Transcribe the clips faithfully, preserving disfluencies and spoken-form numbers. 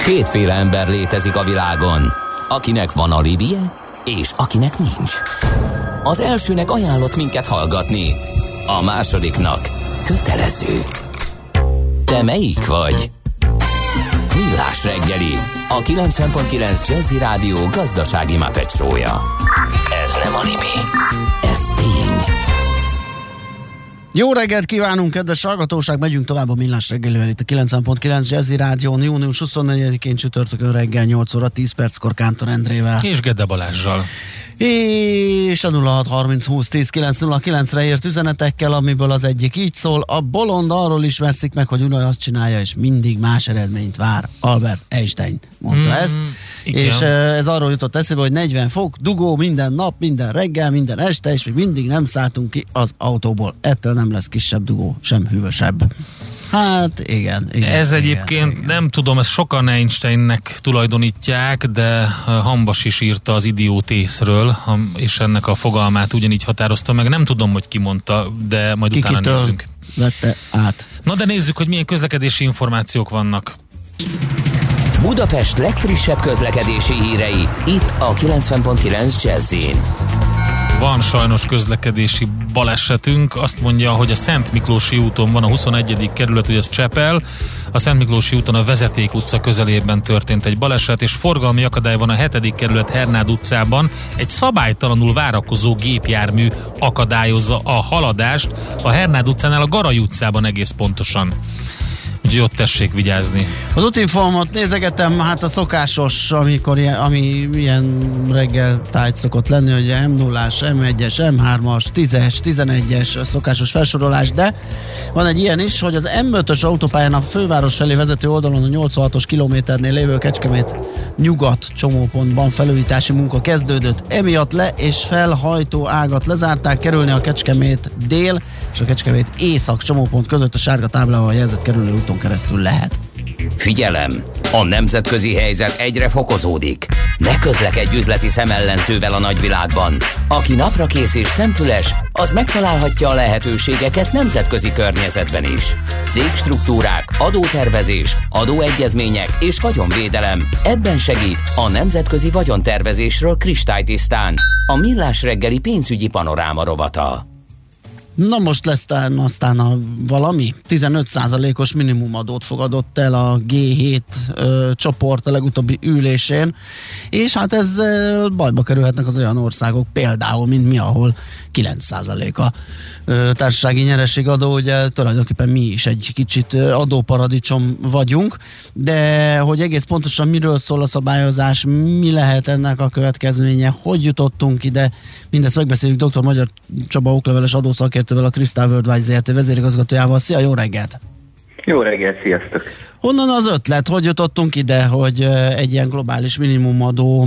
Kétféle ember létezik a világon, akinek van alibije, és akinek nincs. Az elsőnek ajánlott minket hallgatni, a másodiknak kötelező. Te melyik vagy? Millás reggeli, a kilencven pont kilenc Jazzy Rádió gazdasági Muppet show-ja. Ez nem anime, ez tény. Jó reggelt kívánunk, kedves hallgatóság! Megyünk tovább a Millás reggelivel itt a kilencven pont kilenc Jazzy Rádión, június huszonnegyedikén csütörtökön reggel nyolc óra tíz perckor Kántor Endrével. És Gede Balázssal. És a nulla hat harminc húsz tíz kilenc nulla kilencre ért üzenetekkel, amiből az egyik így szól: a bolond arról ismerszik meg, hogy unaj azt csinálja, és mindig más eredményt vár. Albert Einstein mondta mm, ezt. Igen. És ez arról jutott eszébe, hogy negyven fok, dugó minden nap, minden reggel, minden este, és még mindig nem szálltunk ki az autóból. Ettől nem lesz kisebb dugó, sem hűvösebb. Hát igen, igen. Ez igen, egyébként igen. Nem tudom, ezt sokan Einsteinnek tulajdonítják, de Hambas is írta az idiótészről, és ennek a fogalmát ugyanígy határozta meg. Nem tudom, hogy ki mondta, de majd Kikitől utána nézzünk. Vette át. Na de nézzük, hogy milyen közlekedési információk vannak. Budapest legfrissebb közlekedési hírei, itt a kilencven pont kilenc Jazzyn. Van sajnos közlekedési balesetünk, azt mondja, hogy a Szent Miklósi úton van a huszonegyedik kerület, hogy ez Csepel. A Szent Miklósi úton a Vezeték utca közelében történt egy baleset, és forgalmi akadály van a hetedik kerület Hernád utcában. Egy szabálytalanul várakozó gépjármű akadályozza a haladást a Hernád utcánál, a Garay utcában egész pontosan. Úgyhogy ott tessék vigyázni. Az útinformot nézegetem, hát a szokásos, amikor ilyen, ami ilyen reggel tájt szokott lenni, hogy em nullás, em egyes, em hármas, tízes, tizenegyes szokásos felsorolás, de van egy ilyen is, hogy az em ötös autópályán a főváros felé vezető oldalon a nyolcvanhatos kilométernél lévő Kecskemét nyugat csomópontban felújítási munka kezdődött. Emiatt le- és felhajtó ágat lezárták, kerülni a Kecskemét dél és a Kecskemét észak csomópont között a sárga táblával jelzett kerülő úton keresztül lehet. Figyelem! A nemzetközi helyzet egyre fokozódik. Ne közlekedj üzleti szemellenzővel a nagyvilágban. Aki naprakész és szemfüles, az megtalálhatja a lehetőségeket nemzetközi környezetben is. Cégstruktúrák, adótervezés, adóegyezmények és vagyonvédelem. Ebben segít a nemzetközi vagyontervezésről kristálytisztán a Millás reggeli pénzügyi panoráma rovata. Na most lesz tán, aztán a valami tizenöt százalékos minimumadót fogadott el a gé hét ö, csoport a legutóbbi ülésén, és hát ez ö, bajba kerülhetnek az olyan országok, például, mint mi, ahol kilenc százalék a ö, társasági nyereségadó, ugye tulajdonképpen mi is egy kicsit ö, adóparadicsom vagyunk, de hogy egész pontosan miről szól a szabályozás, mi lehet ennek a következménye, hogy jutottunk ide, mindezt megbeszéljük dr. Magyar Csaba okleveles adószakértővel, a Crystal Worldwide zé er té vezérigazgatójával. Szia, jó reggelt! Jó reggelt, sziasztok! Honnan az ötlet, hogy jutottunk ide, hogy egy ilyen globális minimumadó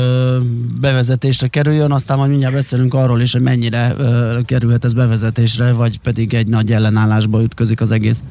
bevezetésre kerüljön, aztán majd mindjárt beszélünk arról is, hogy mennyire ö, kerülhet ez bevezetésre, vagy pedig egy nagy ellenállásba ütközik az egész.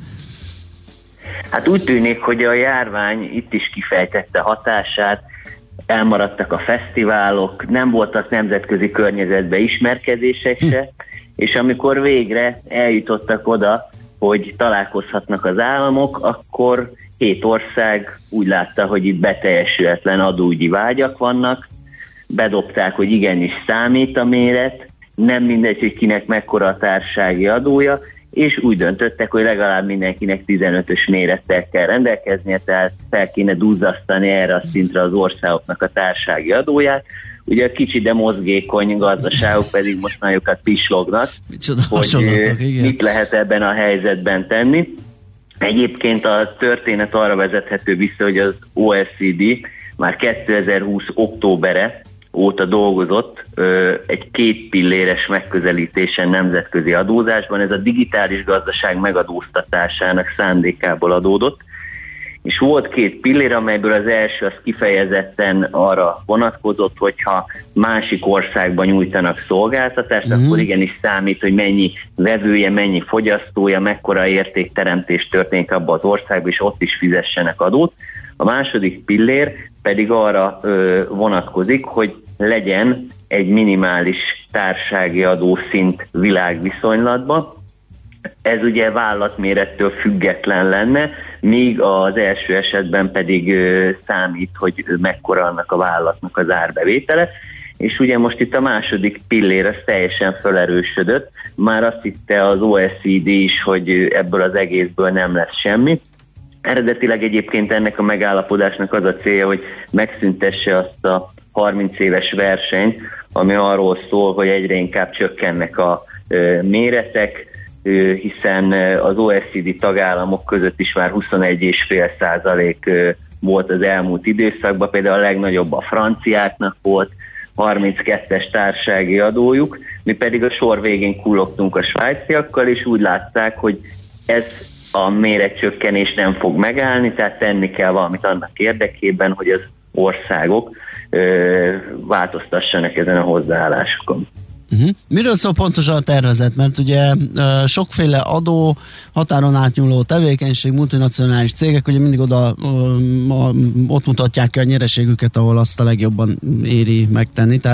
Hát úgy tűnik, hogy a járvány itt is kifejtette hatását, elmaradtak a fesztiválok, nem voltak nemzetközi környezetbe ismerkedések se, hm. és amikor végre eljutottak oda, hogy találkozhatnak az államok, akkor hét ország úgy látta, hogy itt beteljesületlen adóügyi vágyak vannak, bedobták, hogy igenis számít a méret, nem mindegy, hogy kinek mekkora a társasági adója, és úgy döntöttek, hogy legalább mindenkinek tizenötös mérettel kell rendelkeznie, tehát fel kéne duzzasztani erre a szintre az országoknak a társasági adóját. Ugye a kicsi, de mozgékony gazdaságok pedig most nagyokat pislognak, Micsoda hogy mit lehet ebben a helyzetben tenni. Egyébként a történet arra vezethető vissza, hogy az o e cé dé már kétezer-húsz októbere óta dolgozott ö, egy két pilléres megközelítésen nemzetközi adózásban. Ez a digitális gazdaság megadóztatásának szándékából adódott, és volt két pillér, amelyből az első az kifejezetten arra vonatkozott, hogyha másik országban nyújtanak szolgáltatást, mm-hmm. akkor igenis számít, hogy mennyi vevője, mennyi fogyasztója, mekkora értékteremtés történik abban az országban, és ott is fizessenek adót. A második pillér pedig arra ö, vonatkozik, hogy legyen egy minimális társasági adószint világviszonylatban, ez ugye vállalatmérettől független lenne, míg az első esetben pedig számít, hogy mekkora annak a vállalatnak az árbevétele, és ugye most itt a második pillér az teljesen felerősödött, már azt hitte az o e cé dé is, hogy ebből az egészből nem lesz semmi. Eredetileg egyébként ennek a megállapodásnak az a célja, hogy megszüntesse azt a harminc éves versenyt, ami arról szól, hogy egyre inkább csökkennek a méretek, hiszen az o e cé dé tagállamok között is már huszonegy egész öt százalék volt az elmúlt időszakban, például a legnagyobb a franciáknak volt, harminckettes társasági adójuk, mi pedig a sor végén kullogtunk a svájciakkal, és úgy látták, hogy ez a méretcsökkenés nem fog megállni, tehát tenni kell valamit annak érdekében, hogy az országok ö, változtassanak ezen a hozzáállásokon. Uh-huh. Miről szól pontosan a tervezet? Mert ugye uh, sokféle adó, határon átnyúló tevékenység, multinacionális cégek ugye mindig oda uh, ott mutatják ki a nyereségüket, ahol azt a legjobban éri megtenni. Tehát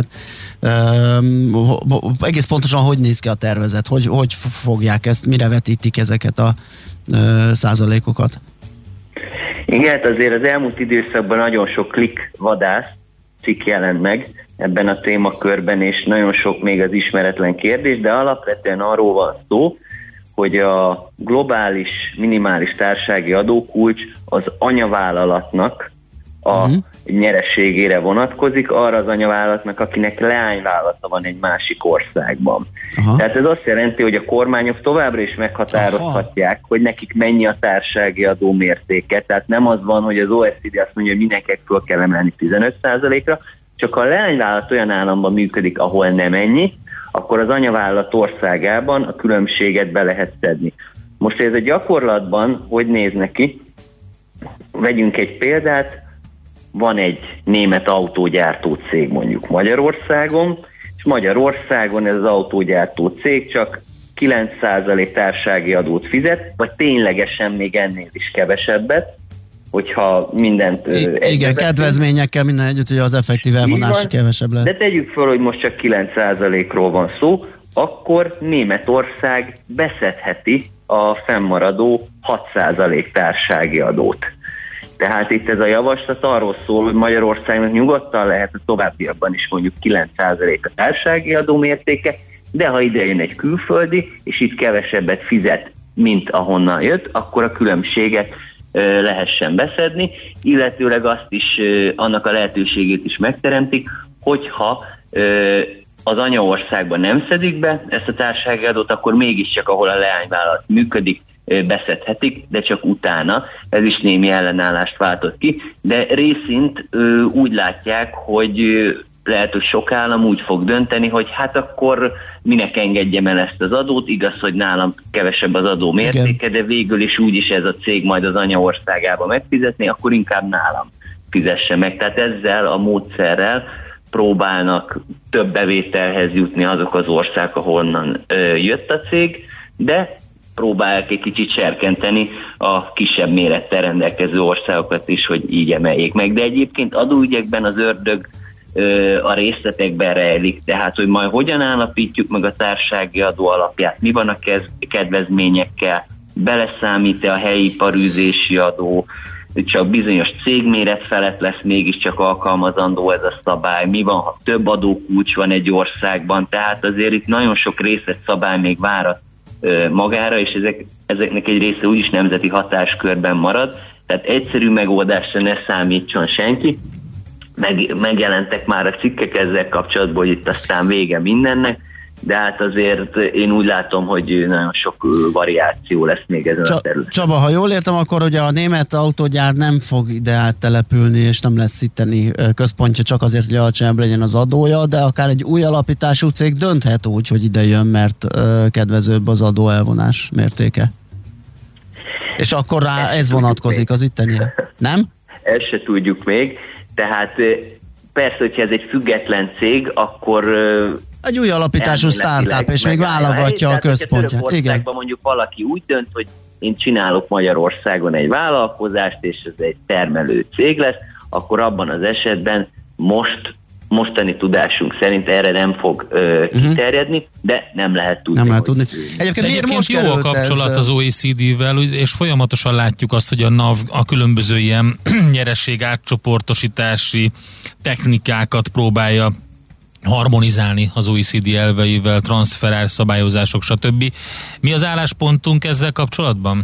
uh, egész pontosan hogy néz ki a tervezet? Hogy, hogy fogják ezt, mire vetítik ezeket a uh, százalékokat? Igen, hát azért az elmúlt időszakban nagyon sok klik vadász cikk jelent meg ebben a témakörben, és nagyon sok még az ismeretlen kérdés, de alapvetően arról van szó, hogy a globális minimális társasági adókulcs az anyavállalatnak a uh-huh. nyereségére vonatkozik, arra az anyavállalatnak, akinek leányvállalata van egy másik országban. Uh-huh. Tehát ez azt jelenti, hogy a kormányok továbbra is meghatározhatják, uh-huh. hogy nekik mennyi a társasági adó mértéke. Tehát nem az van, hogy az o e cé dé azt mondja, hogy mindenkinek föl kell emelni tizenöt százalékra, csak ha a leányvállalat olyan államban működik, ahol nem ennyi, akkor az anyavállalat országában a különbséget be lehet szedni. Most ez a gyakorlatban hogy néz neki? Vegyünk egy példát, van egy német autógyártó cég mondjuk Magyarországon, és Magyarországon ez az autógyártó cég csak kilenc százalék társasági adót fizet, vagy ténylegesen még ennél is kevesebbet, hogyha mindent... I- igen, kedvezményekkel minden együtt, ugye az effektív elvonás kevesebb lehet. De tegyük fel, hogy most csak kilenc százalékról van szó, akkor Németország beszedheti a fennmaradó hat százalék társasági adót. Tehát itt ez a javaslat arról szól, hogy Magyarországnak nyugodtan lehet a továbbiakban is mondjuk kilenc százalék a társasági adó mértéke, de ha ide jön egy külföldi, és itt kevesebbet fizet, mint ahonnan jött, akkor a különbséget ö, lehessen beszedni, illetőleg azt is, ö, annak a lehetőségét is megteremtik, hogyha ö, az anyaországban nem szedik be ezt a társasági adót, akkor mégiscsak, ahol a leányvállalat működik, beszedhetik, de csak utána. Ez is némi ellenállást váltott ki, de részint ö, úgy látják, hogy ö, lehet, hogy sok állam úgy fog dönteni, hogy hát akkor minek engedjem el ezt az adót, igaz, hogy nálam kevesebb az adó mértéke, de végül is úgyis ez a cég majd az anyaországába megfizetni, akkor inkább nálam fizesse meg. Tehát ezzel a módszerrel próbálnak több bevételhez jutni azok az országok, ahonnan ö, jött a cég, de próbálják egy kicsit serkenteni a kisebb mérettel rendelkező országokat is, hogy így emeljék meg. De egyébként adóügyekben az ördög ö, a részletekben rejlik, tehát hogy majd hogyan állapítjuk meg a társasági adó alapját, mi van a kez- kedvezményekkel, beleszámít-e a helyi iparűzési adó, csak bizonyos cégméret felett lesz mégiscsak alkalmazandó ez a szabály, mi van, ha több adókulcs van egy országban, tehát azért itt nagyon sok részletszabály még várat magára, és ezek, ezeknek egy része úgyis nemzeti hatáskörben marad, tehát egyszerű megoldásra ne számítson senki. Meg, megjelentek már a cikkek ezzel kapcsolatban, hogy itt aztán vége mindennek, de hát azért én úgy látom, hogy nagyon sok variáció lesz még ezen Csa- a területen. Csaba, ha jól értem, akkor ugye a német autógyár nem fog ide áttelepülni, és nem lesz itteni központja csak azért, hogy alacsonyabb legyen az adója, de akár egy új alapítású cég dönthet úgy, hogy ide jön, mert uh, kedvezőbb az adó elvonás mértéke. És akkor rá ezt ez vonatkozik az itteni, nem? Ezt se tudjuk még, tehát persze, hogyha ez egy független cég, akkor egy új alapítású startup, és még válogatja a központját. Igen. Mondjuk valaki úgy dönt, hogy én csinálok Magyarországon egy vállalkozást, és ez egy termelő cég lesz, akkor abban az esetben most mostani tudásunk szerint erre nem fog ö, kiterjedni, de nem lehet tudni. Nem lehet tudni. Egyébként, Egyébként jó a kapcsolat ez? Az o e cé dé-vel, és folyamatosan látjuk azt, hogy a NAV a különböző ilyen nyereség átcsoportosítási technikákat próbálja harmonizálni az o e cé dé elveivel, transferár szabályozások, stb. Mi az álláspontunk ezzel kapcsolatban?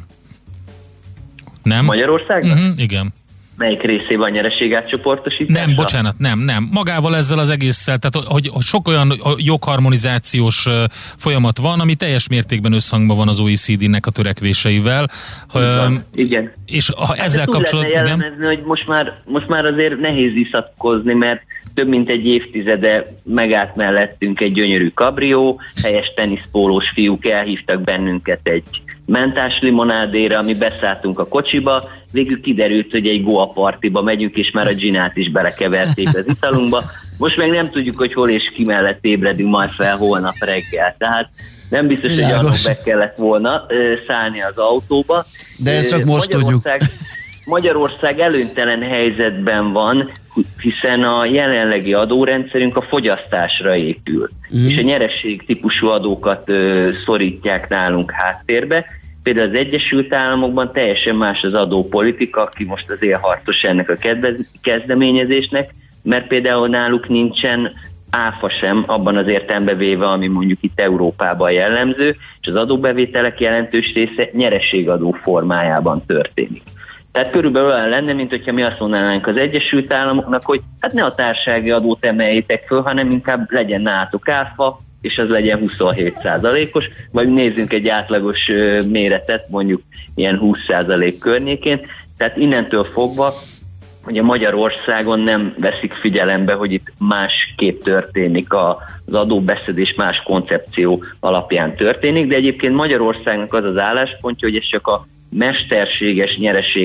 Nem? Magyarországban? Uh-huh, igen. Melyik részében a nyereségátcsoportosítása? Nem, bocsánat, nem, nem. Magával ezzel az egésszel, tehát hogy, hogy sok olyan jogharmonizációs folyamat van, ami teljes mértékben összhangban van az o e cé dé-nek a törekvéseivel. Igen. igen. És ha ezzel hát kapcsolatban... Úgy lehetne jellemezni, hogy most már, most már azért nehéz visszatkozni, mert több mint egy évtizede megállt mellettünk egy gyönyörű kabrió, helyes teniszpólós fiúk elhívtak bennünket egy mentás limonádéra, mi beszálltunk a kocsiba, végül kiderült, hogy egy Goa partiba megyünk, és már a ginát is belekeverték az italunkba. Most meg nem tudjuk, hogy hol és ki mellett ébredünk majd fel holnap reggel. Tehát nem biztos, Világos. hogy annak be kellett volna ö, szállni az autóba. De ezt csak most Magyarország, tudjuk. Magyarország előnytelen helyzetben van, hiszen a jelenlegi adórendszerünk a fogyasztásra épül, mm. és a nyeresség típusú adókat ö, szorítják nálunk háttérbe. Például az Egyesült Államokban teljesen más az adópolitika, aki most az élharcos ennek a kezdeményezésnek, mert például náluk nincsen áfa sem, abban az értelembe véve, ami mondjuk itt Európában jellemző, és az adóbevételek jelentős része nyerességadó formájában történik. Tehát körülbelül olyan lenne, mint hogyha mi azt mondanánk az Egyesült Államoknak, hogy hát ne a társasági adót emeljétek föl, hanem inkább legyen nálatok áfa, és az legyen huszonhét százalékos, vagy nézzünk egy átlagos méretet, mondjuk ilyen húsz százalék környékén. Tehát innentől fogva, hogy a Magyarországon nem veszik figyelembe, hogy itt másképp történik az adóbeszedés, más koncepció alapján történik, de egyébként Magyarországnak az az álláspontja, hogy ez csak a mesterséges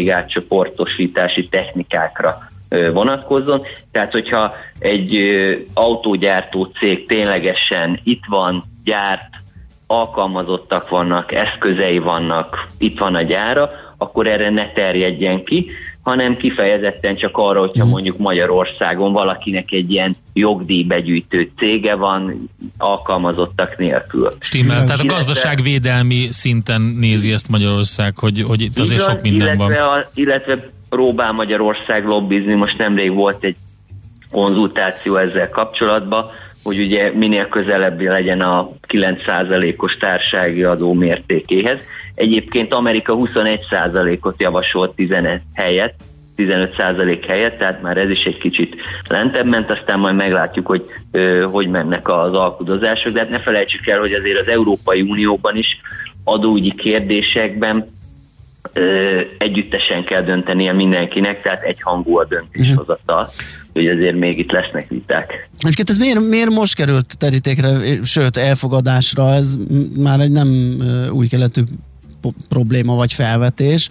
nyereségátcsoportosítási technikákra vonatkozzon. Tehát, hogyha egy autógyártó cég ténylegesen itt van, gyárt, alkalmazottak vannak, eszközei vannak, itt van a gyára, akkor erre ne terjedjen ki, hanem kifejezetten csak arra, hogyha mondjuk Magyarországon valakinek egy ilyen jogdíjbegyűjtő cége van, alkalmazottak nélkül. Stimmel, tehát a gazdaságvédelmi szinten nézi ezt Magyarország, hogy, hogy itt azért Igaz, sok minden illetve van. A, illetve próbál Magyarország lobbizni, most nemrég volt egy konzultáció ezzel kapcsolatban, hogy ugye minél közelebb legyen a kilenc százalékos társasági adó mértékéhez. Egyébként Amerika huszonegy százalékot javasolt tizenöt helyett, tizenöt százalék helyett, tehát már ez is egy kicsit lentebb ment, aztán majd meglátjuk, hogy ö, hogy mennek az alkudozások, de hát ne felejtsük el, hogy azért az Európai Unióban is adóügyi kérdésekben ö, együttesen kell döntenie mindenkinek, tehát egyhangú a döntéshozatal, hogy azért még itt lesznek viták. Egyébként ez miért, miért most került terítékre, sőt elfogadásra, ez már egy nem új keletű probléma vagy felvetés.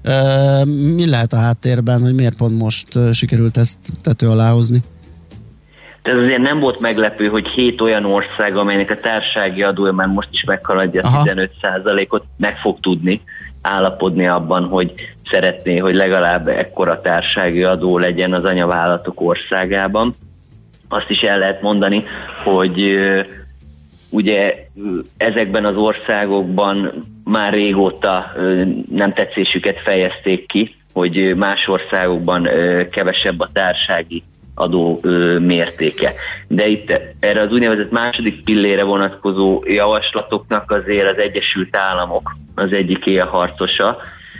Mi lehet a háttérben, hogy miért pont most sikerült ezt tető alá hozni? Ez azért nem volt meglepő, hogy hét olyan ország, amelynek a társasági adója már most is meghaladja a tizenöt százalékot, meg fog tudni állapodni abban, hogy szeretné, hogy legalább ekkora társasági adó legyen az anyavállalatok országában. Azt is el lehet mondani, hogy ugye ezekben az országokban már régóta nem tetszésüket fejezték ki, hogy más országokban kevesebb a társasági adó mértéke. De itt erre az úgynevezett második pillére vonatkozó javaslatoknak azért az Egyesült Államok az egyik élharcosa,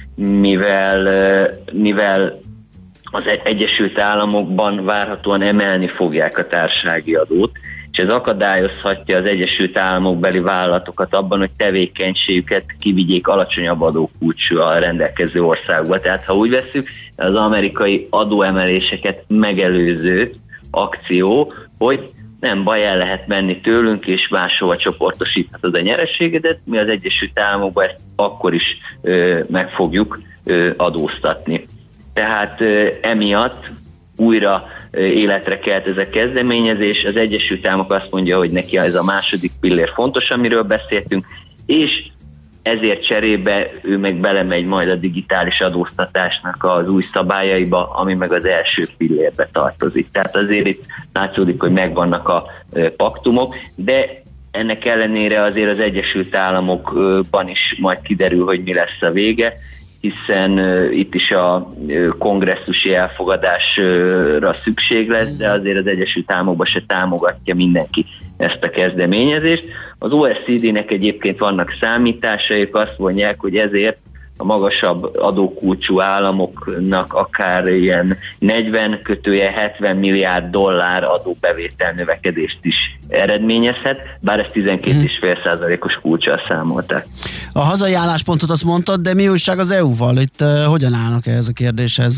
mivel, mivel az Egyesült Államokban várhatóan emelni fogják a társasági adót, és ez akadályozhatja az Egyesült Államok beli vállalatokat abban, hogy tevékenységüket kivigyék alacsonyabb adókulccsal rendelkező országba. Tehát ha úgy vesszük, az amerikai adóemeléseket megelőző akció, hogy nem baj, el lehet menni tőlünk, és máshova csoportosíthatod a nyerességedet, mi az Egyesült Államokban ezt akkor is ö, meg fogjuk ö, adóztatni. Tehát ö, emiatt újra életre kelt ez a kezdeményezés. Az Egyesült Államok azt mondja, hogy neki ez a második pillér fontos, amiről beszéltünk, és ezért cserébe ő meg belemegy majd a digitális adóztatásnak az új szabályaiba, ami meg az első pillérbe tartozik. Tehát azért itt látszódik, hogy megvannak a paktumok, de ennek ellenére azért az Egyesült Államokban is majd kiderül, hogy mi lesz a vége, hiszen uh, itt is a uh, kongresszusi elfogadásra szükség lesz, de azért az Egyesült Államokban se támogatja mindenki ezt a kezdeményezést. Az o e cé dé-nek egyébként vannak számításaik, azt mondják, hogy ezért a magasabb adókulcsú államoknak akár ilyen negyven kötője hetven milliárd dollár adóbevétel növekedést is eredményezhet, bár ezt tizenkét egész öt százalékos kulccsal számolták. A hazai álláspontot azt mondtad, de mi újság az é u-val? Itt uh, hogyan állnak ehhez a kérdéshez?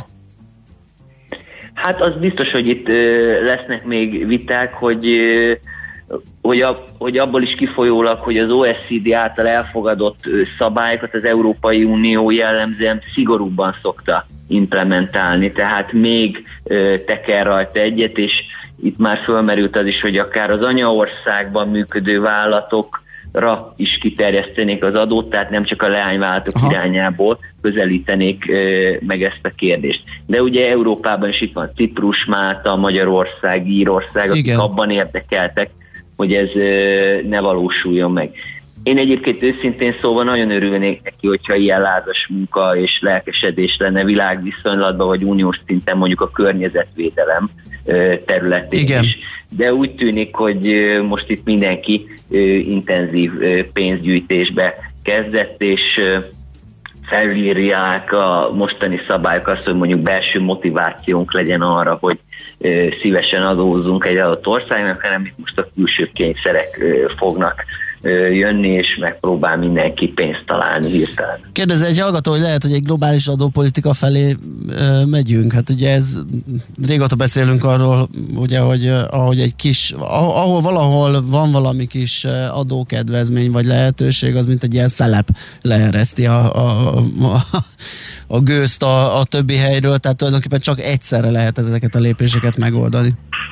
Hát az biztos, hogy itt uh, lesznek még viták, hogy uh, Hogy, a, hogy abból is kifolyólag, hogy az o e cé dé által elfogadott szabályokat az Európai Unió jellemzően szigorúbban szokta implementálni, tehát még ö, teker rajta egyet, és itt már fölmerült az is, hogy akár az anyaországban működő vállalatokra is kiterjesztenék az adót, tehát nem csak a leányvállalatok Aha. irányából közelítenék ö, meg ezt a kérdést. De ugye Európában is itt van Ciprus, Málta, Magyarország, Írország, akik Igen. abban érdekeltek, hogy ez ne valósuljon meg. Én egyébként őszintén szóval nagyon örülnék neki, hogyha ilyen lázas munka és lelkesedés lenne világviszonylatban, vagy uniós szinten mondjuk a környezetvédelem területén Igen. is. De úgy tűnik, hogy most itt mindenki intenzív pénzgyűjtésbe kezdett, és felírják a mostani szabályok azt, hogy mondjuk belső motivációnk legyen arra, hogy ö, szívesen adózzunk egy adott országnak, hanem itt most a külső kényszerek ö, fognak ö, jönni, és megpróbál mindenki pénzt találni hirtelen. Kérdez egy hallgató, hogy lehet, hogy egy globális adópolitika felé ö, megyünk. Hát ugye ez, régóta beszélünk arról, ugye, hogy ahogy egy kis, ahol valahol van valami kis adókedvezmény, vagy lehetőség, az mint egy ilyen szelep leereszti a, a, a, a gőzt a, a többi helyről, tehát tulajdonképpen csak egyszerre lehet ezeket a lépéseket megoldani.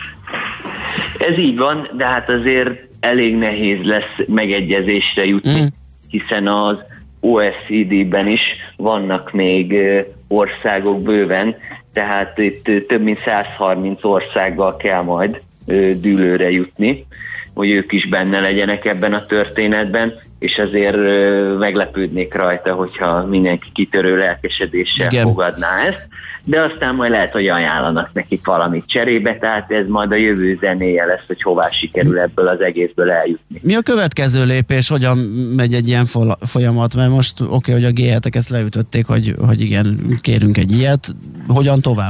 Ez így van, de hát azért elég nehéz lesz megegyezésre jutni, mm. hiszen az o e cé dé-ben is vannak még országok bőven, tehát itt több mint száz harminc országgal kell majd dűlőre jutni, hogy ők is benne legyenek ebben a történetben, és azért meglepődnék rajta, hogyha mindenki kitörő lelkesedéssel Igen. fogadná ezt, de aztán majd lehet, hogy ajánlanak nekik valamit cserébe, tehát ez majd a jövő zenéje lesz, hogy hová sikerül ebből az egészből eljutni. Mi a következő lépés, hogyan megy egy ilyen folyamat? Mert most oké, okay, hogy a gé hetek ezt leütötték, hogy, hogy igen, kérünk egy ilyet, hogyan tovább?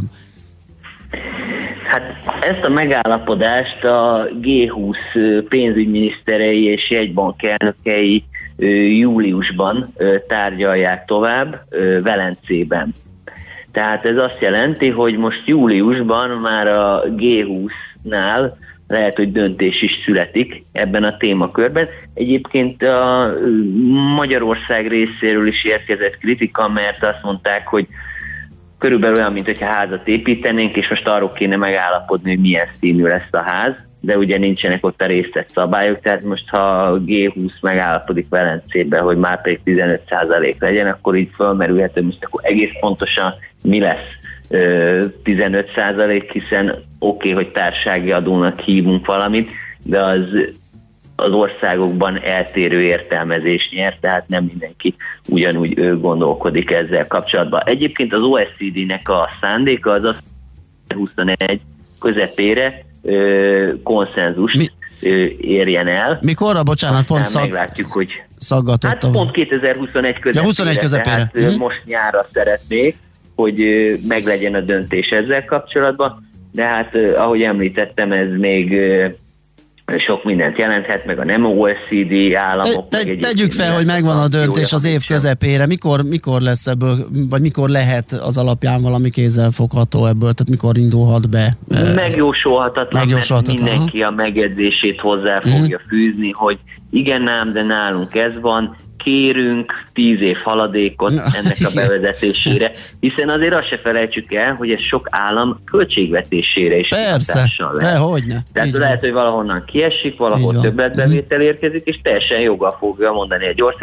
Hát ezt a megállapodást a gé húsz pénzügyminiszterei és jegybankelnökei júliusban tárgyalják tovább Velencében. Tehát ez azt jelenti, hogy most júliusban már a gé húsznál lehet, hogy döntés is születik ebben a témakörben. Egyébként a Magyarország részéről is érkezett kritika, mert azt mondták, hogy körülbelül olyan, mint hogyha házat építenénk, és most arról kéne megállapodni, hogy milyen színű lesz a ház, de ugye nincsenek ott a részlet szabályok, tehát most ha a gé húsz megállapodik Velencében, hogy már pedig tizenöt százalék legyen, akkor így fölmerülhet, hogy most akkor egész pontosan mi lesz tizenöt százalék, hiszen oké, okay, hogy társasági adónak hívunk valamit, de az az országokban eltérő értelmezést nyer, tehát nem mindenki ugyanúgy ő gondolkodik ezzel kapcsolatban. Egyébként az o e cé dé-nek a szándéka az az huszonegy közepére ö, konszenzust Mi? ö, érjen el. Mikorra? Bocsánat, pont szag... meglátjuk, hogy szaggatott. Hát pont kétezer-huszonegy közepére, ja, huszonegy közepére. Tehát hm. most nyárra szeretnék, hogy ö, meglegyen a döntés ezzel kapcsolatban, de hát ö, ahogy említettem, ez még ö, sok mindent jelenthet, meg a nem o e cé dé államok. Te, te, tegyük fel, hogy megvan a döntés az év közepére. Mikor, mikor lesz ebből, vagy mikor lehet az alapján valami kézzelfogható ebből, tehát mikor indulhat be? Megjósolhatatlan, Megjósolhatatlan mert mindenki aha. a megjegyzését hozzá fogja mm. fűzni, hogy igen ám, de nálunk ez van, kérünk tíz év haladékot ennek a bevezetésére, hiszen azért azt se felejtsük el, hogy ez sok állam költségvetésére is hatással lehet. Hogyne. Tehát így lehet, van. hogy valahonnan kiesik, valahol többletbevétel érkezik, és teljesen joggal fogja mondani egy ország, hogy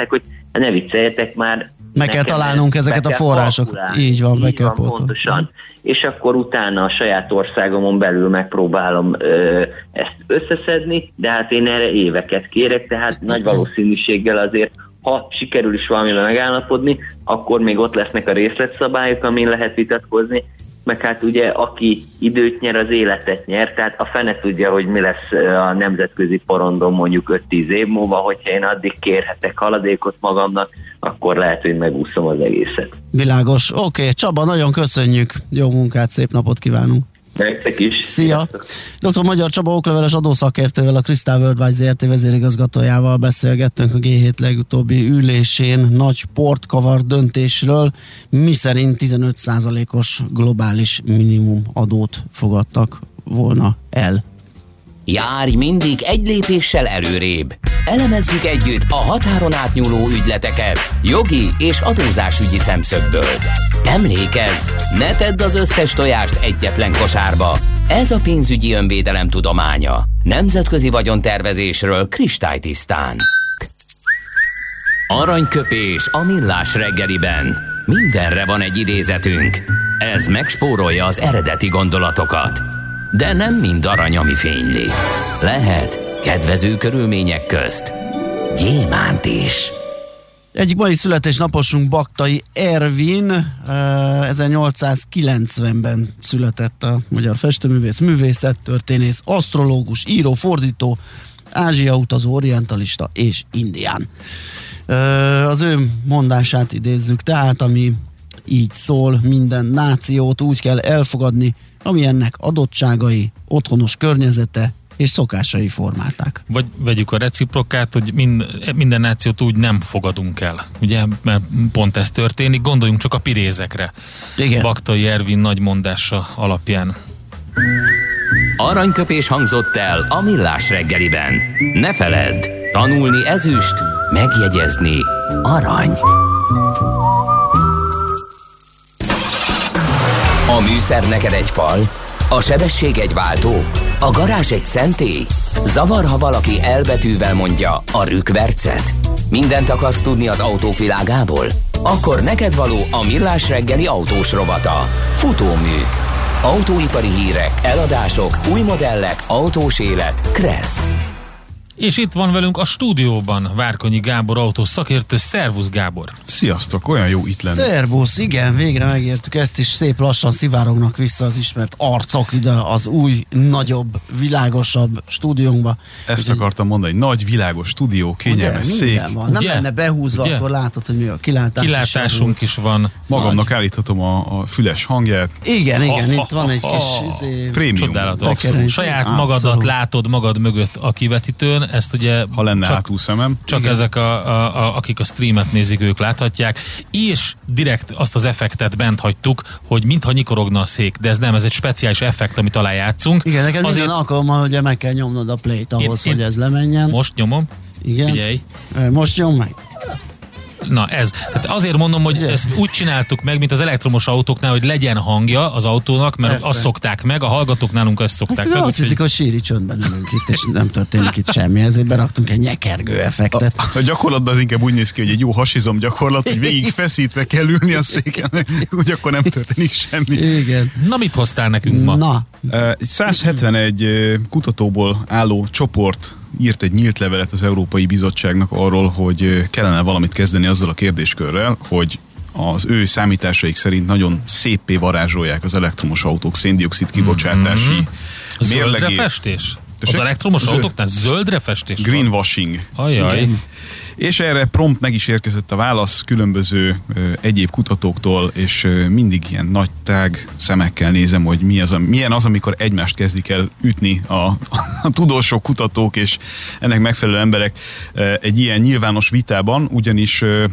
ne vicceljetek már. Meg kell találnunk ezeket a források. Így van, be kell pótolni. Pontosan. És akkor utána a saját országomon belül megpróbálom ö, ezt összeszedni, de hát én erre éveket kérek, tehát nagy valószínűséggel azért, ha sikerül is valamivel megállapodni, akkor még ott lesznek a részletszabályok, amin lehet vitatkozni, meg hát ugye aki időt nyer, az életet nyer, tehát a fene tudja, hogy mi lesz a nemzetközi porondon mondjuk öt-tíz év múlva, hogyha én addig kérhetek haladékot magamnak, akkor lehet, hogy megúszom az egészet. Világos. Oké, okay. Csaba, nagyon köszönjük. Jó munkát, szép napot kívánunk. Nektek is. Szia! doktor Magyar Csaba okleveles adószakértővel, a Crystal Worldwide zé er té vezérigazgatójával beszélgettünk a gé hét legutóbbi ülésén nagy portkavar döntésről, miszerint tizenöt százalékos globális minimum adót fogadtak volna el. Járj mindig egy lépéssel előrébb. Elemezzük együtt a határon átnyúló ügyleteket jogi és adózásügyi szemszögből. Emlékezz, ne tedd az összes tojást egyetlen kosárba. Ez a pénzügyi önvédelem tudománya. Nemzetközi vagyontervezésről kristálytisztán. Aranyköpés a millás reggeliben. Mindenre van egy idézetünk. Ez megspórolja az eredeti gondolatokat. De nem mind arany, ami fényli. Lehet kedvező körülmények közt gyémánt is. Egyik mai születésnaposunk Baktai Ervin, ezernyolcszázkilencvenben született a magyar festőművész, művészet, történész, asztrológus, író, fordító, Ázsia utazó, orientalista és indián. Az ő mondását idézzük, tehát ami így szól: minden nációt úgy kell elfogadni, ami ennek adottságai, otthonos környezete és szokásai formálták. Vagy vegyük a reciprokát, hogy mind, minden nációt úgy nem fogadunk el. Ugye, mert pont ez történik, gondoljunk csak a pirézekre. Igen. Baktai Ervin nagy mondása alapján. Aranyköpés hangzott el a millás reggeliben. Ne feledd, tanulni ezüst, megjegyezni arany. A műszer neked egy fal, a sebesség egy váltó, a garázs egy szentély. Zavar, ha valaki elbetűvel mondja a rükvercet. Mindent akarsz tudni az autók világából? Akkor neked való a millás reggeli autós rovata. Futómű. Autóipari hírek, eladások, új modellek, autós élet. Kressz. És itt van velünk a stúdióban Várkonyi Gábor autós szakértő. Szervusz, Gábor! Sziasztok, olyan jó itt lenni. Szervusz, igen, végre megértük ezt is, szép lassan szivárognak vissza az ismert arcok ide az új, nagyobb, világosabb stúdiónkba. Ezt úgy, akartam mondani, nagy, világos stúdió, kényelmes szék. Van. Nem lenne behúzva, ugye? Akkor látod, hogy mi a kilátás. Kilátásunk is van. Magamnak nagy. Állíthatom a, a füles hangját. Igen, igen, ha, itt ha, van egy ha, kis izé, prémium. Csodálatos. Saját abszolút. Magadat látod magad mögött a kivetítőn, ezt ugye ha lenne csak, hátul szemem. Csak igen. Ezek, a, a, a, akik a streamet nézik, ők láthatják, és direkt azt az effektet bent hagytuk, hogy mintha nyikorogna a szék, de ez nem, ez egy speciális effekt, amit alá játszunk. Igen, neked azért... minden alkalommal ugye meg kell nyomnod a play-t ahhoz, én, hogy én ez lemenjen. Most nyomom. Igen. Figyelj. Most nyom meg. Na ez, tehát azért mondom, hogy ezt úgy csináltuk meg, mint az elektromos autóknál, hogy legyen hangja az autónak, mert persze. Azt szokták meg, a hallgatók nálunk ezt szokták hát, meg. Azt hiszik, hogy síri csöndben ülünk itt, és nem történik itt semmi, ezért beraktunk egy nyekergő effektet. A, a gyakorlatban az inkább úgy néz ki, hogy egy jó hasizom gyakorlat, hogy végig feszítve kell ülni a széken, hogy akkor nem történik semmi. Igen. Na, mit hoztál nekünk ma? Na. Egy százhetvenegy kutatóból álló csoport írt egy nyílt levelet az Európai Bizottságnak arról, hogy kellene valamit kezdeni azzal a kérdéskörrel, hogy az ő számításaik szerint nagyon széppé varázsolják az elektromos autók szén-dioxid kibocsátási mm-hmm. mérlegét. Zöldre festés? Az elektromos Zöld. autóknál zöldre festés Greenwashing. Ajaj. És erre prompt meg is érkezett a válasz különböző ö, egyéb kutatóktól, és ö, mindig ilyen nagy tág szemekkel nézem, hogy mi az, milyen az, amikor egymást kezdik el ütni a, a, a tudósok, kutatók és ennek megfelelő emberek ö, egy ilyen nyilvános vitában, ugyanis ö,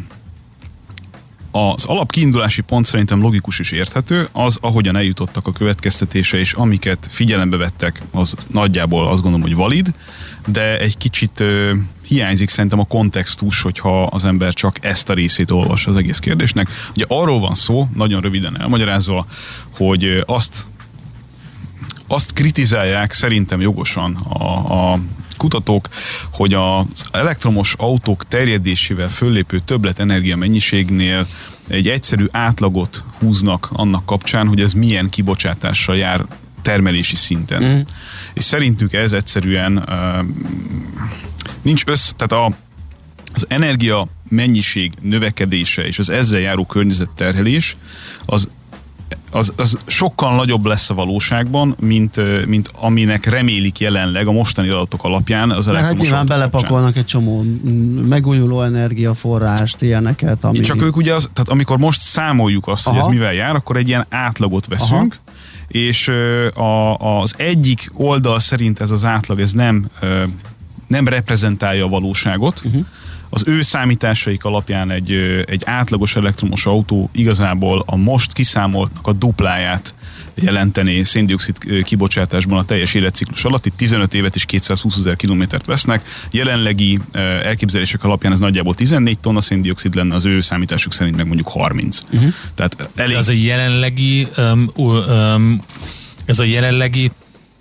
az alapkiindulási pont szerintem logikus és érthető, az, ahogyan eljutottak a következtetése, és amiket figyelembe vettek, az nagyjából azt gondolom, hogy valid, de egy kicsit ö, hiányzik szerintem a kontextus, hogyha az ember csak ezt a részét olvas az egész kérdésnek. Ugye arról van szó, nagyon röviden elmagyarázva, hogy azt, azt kritizálják szerintem jogosan a, a kutatók, hogy az elektromos autók terjedésével föllépő többlet energia mennyiségnél egy egyszerű átlagot húznak annak kapcsán, hogy ez milyen kibocsátással jár termelési szinten. Mm. És szerintük ez egyszerűen uh, nincs össze, tehát a, az energia mennyiség növekedése és az ezzel járó környezetterhelés az Az, az sokkal nagyobb lesz a valóságban, mint, mint aminek remélik jelenleg a mostani adatok alapján az elektromos autók kapcsán. Belepakolnak egy csomó megújuló energiaforrást, ilyeneket. Ami... Csak ők ugye, az, tehát amikor most számoljuk azt, Aha. hogy ez mivel jár, akkor egy ilyen átlagot veszünk, Aha. és a, az egyik oldal szerint ez az átlag, ez nem, nem reprezentálja a valóságot. Uh-huh. Az ő számításaik alapján egy, egy átlagos elektromos autó igazából a most kiszámoltnak a dupláját jelentené széndioxid kibocsátásban a teljes életciklus alatt. Itt tizenöt évet és kétszázhúszezer kilométert vesznek. Jelenlegi elképzelések alapján ez nagyjából tizennégy tonna széndioxid lenne, az ő számításuk szerint meg mondjuk harminc. Uh-huh. Tehát elég... Ez a jelenlegi um, um, ez a jelenlegi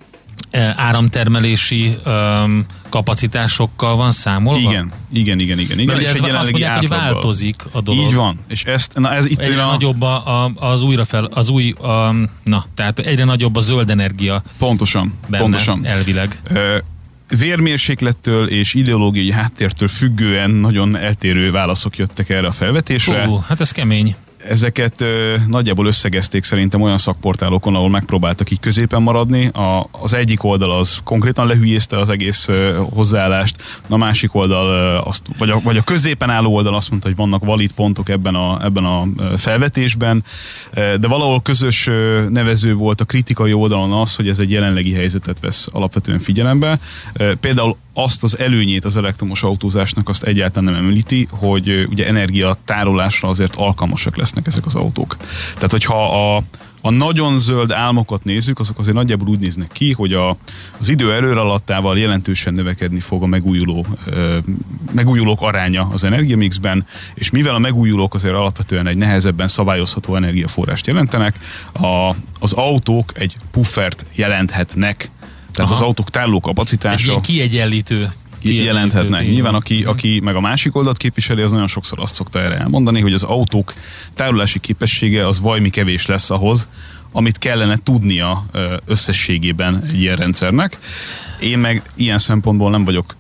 áramtermelési um, kapacitásokkal van számolva? Igen, igen, igen, igen. igen. Ugye ez van, azt mondják, hogy változik a dolog. Így van. És ezt, na ez itt egyre a... nagyobb a, a, az újra fel, az új, a, na, tehát egyre nagyobb a zöld energia. Pontosan, benne, pontosan. Elvileg. Ö, vérmérséklettől és ideológiai háttértől függően nagyon eltérő válaszok jöttek erre a felvetésre. Hú, hát ez kemény. Ezeket ö, nagyjából összegezték szerintem olyan szakportálokon, ahol megpróbáltak így középen maradni. A, az egyik oldal az konkrétan lehülyézte az egész ö, hozzáállást, a másik oldal ö, azt, vagy, a, vagy a középen álló oldal azt mondta, hogy vannak valid pontok ebben a, ebben a felvetésben, de valahol közös ö, nevező volt a kritikai oldalon az, hogy ez egy jelenlegi helyzetet vesz alapvetően figyelembe. Például azt az előnyét az elektromos autózásnak azt egyáltalán nem említi, hogy ö, ugye energiatárolásra azért alkalmasak lesznek ezek az autók. Tehát, hogyha a, a nagyon zöld álmokat nézzük, azok azért nagyjából úgy néznek ki, hogy a, az idő előrehaladtával jelentősen növekedni fog a megújuló, ö, megújulók aránya az energiamixben, és mivel a megújulók azért alapvetően egy nehezebben szabályozható energiaforrást jelentenek, a, az autók egy puffert jelenthetnek. Tehát Aha. az autók tároló kapacitása... Egy ilyen kiegyenlítő. jelenthetnek. Nyilván aki, aki meg a másik oldalt képviseli, az nagyon sokszor azt szokta erre elmondani, hogy az autók tárolási képessége az vajmi kevés lesz ahhoz, amit kellene tudnia összességében egy ilyen rendszernek. Én meg ilyen szempontból nem vagyok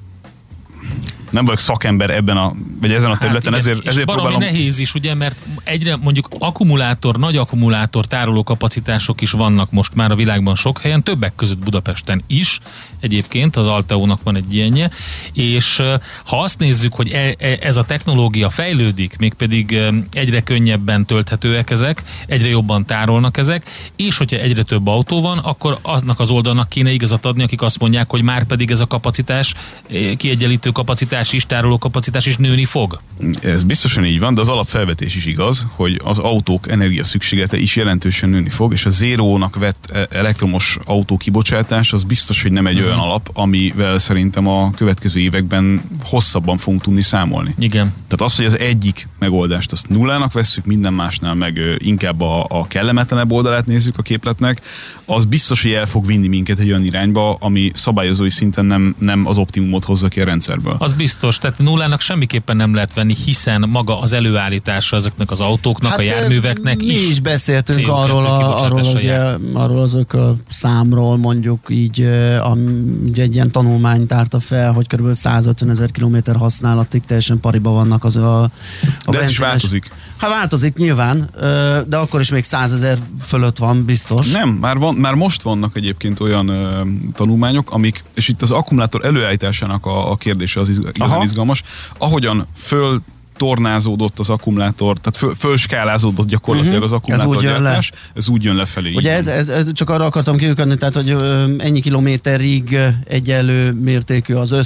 nem vagyok szakember ebben a, vagy ezen a területen, hát ezért, ezért baromi próbálom... nehéz is, ugye, mert egyre mondjuk akkumulátor, nagy akkumulátor tároló kapacitások is vannak most már a világban sok helyen, többek között Budapesten is, egyébként az Alteónak van egy ilyenje, és ha azt nézzük, hogy e, e, ez a technológia fejlődik, mégpedig egyre könnyebben tölthetőek ezek, egyre jobban tárolnak ezek, és hogyha egyre több autó van, akkor aznak az oldalnak kéne igazat adni, akik azt mondják, hogy már pedig ez a kapacitás, kiegyenlítő kapacitás is, tároló kapacitás is nőni fog. Ez biztosan így van, de az alapfelvetés is igaz, hogy az autók energia szükséglete is jelentősen nőni fog, és a zérónak vett elektromos autó kibocsátás az biztos, hogy nem egy uh-huh. olyan alap, amivel szerintem a következő években hosszabban fogunk tudni számolni. Igen. Tehát az, hogy az egyik megoldást azt nullának vesszük, minden másnál meg inkább a, a kellemetlenebb oldalát nézzük a képletnek, az biztos, hogy el fog vinni minket egy olyan irányba, ami szabályozói szinten nem, nem az optimumot hozza ki a rendszerből. Az biztos, tehát nullának semmiképpen nem lehet venni, hiszen maga az előállítása ezeknek az autóknak, hát a járműveknek mi is. Mi is beszéltünk arról, a, arról, ugye, arról az ökölszámról, mondjuk így a, ugye egy ilyen tanulmány tárta fel, hogy kb. százötvenezer kilométer használatig teljesen pariba vannak az a, a de ez is változik. Hát változik nyilván, de akkor is még százezer fölött van biztos. Nem, már, van, már most vannak egyébként olyan ö, tanulmányok, amik, és itt az akkumulátor előállításának a, a kérdése az igazán izgalmas, ahogyan föl tornázódott az akkumulátor, tehát föl, fölskálázódott gyakorlatilag az akkumulátorgyártás, ez, ez úgy jön lefelé. Ugye ez, ez, ez csak arra akartam kiüködni, tehát hogy ennyi kilométerig egyenlő mértékű az össz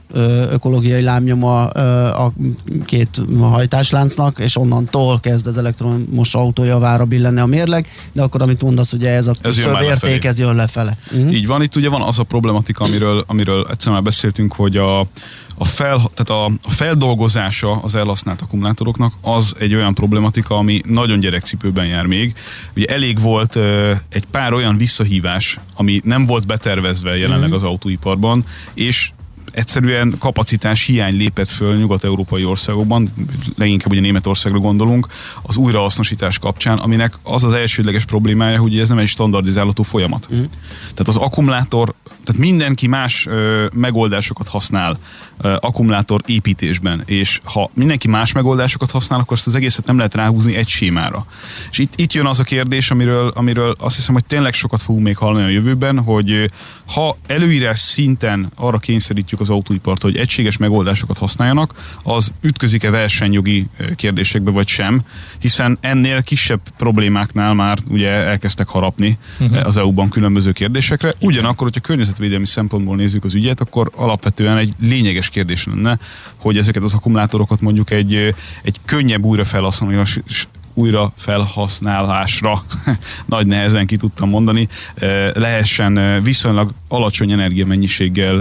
ökológiai lábnyoma a két hajtásláncnak, és onnantól kezd az elektromos autó javára billenni a mérleg, de akkor, amit mondasz, ugye ez a szövérték, ez jön lefele. Uh-huh. Így van, itt ugye van az a problematika, amiről, amiről egyszer már beszéltünk, hogy a, a, fel, tehát a, a feldolgozása az elhasznált akkumulátoroknak az egy olyan problematika, ami nagyon gyerekcipőben jár még. Ugye elég volt uh, egy pár olyan visszahívás, ami nem volt betervezve jelenleg uh-huh. az autóiparban, és egyszerűen kapacitás hiány lépett föl nyugat-európai országokban, leginkább ugye Németországra gondolunk, az újrahasznosítás kapcsán, aminek az az elsődleges problémája, hogy ez nem egy standardizálható folyamat. Mm. Tehát az akkumulátor, tehát mindenki más ö, megoldásokat használ ö, akkumulátor építésben, és ha mindenki más megoldásokat használ, akkor ezt az egészet nem lehet ráhúzni egy sémára. És itt, itt jön az a kérdés, amiről, amiről azt hiszem, hogy tényleg sokat fogunk még hallani a jövőben, hogy ha előírás szinten arra kényszerítjük az autóipart, hogy egységes megoldásokat használjanak, az ütközik-e versenyjogi kérdésekbe, vagy sem, hiszen ennél kisebb problémáknál már ugye elkezdtek harapni uh-huh. az é u-ban különböző kérdésekre. Ugyanakkor, hogyha környezetvédelmi szempontból nézzük az ügyet, akkor alapvetően egy lényeges kérdés lenne, hogy ezeket az akkumulátorokat mondjuk egy, egy könnyebb újrafelhasználás újra felhasználásra, nagy nehezen ki tudtam mondani, lehessen viszonylag alacsony energiamennyiséggel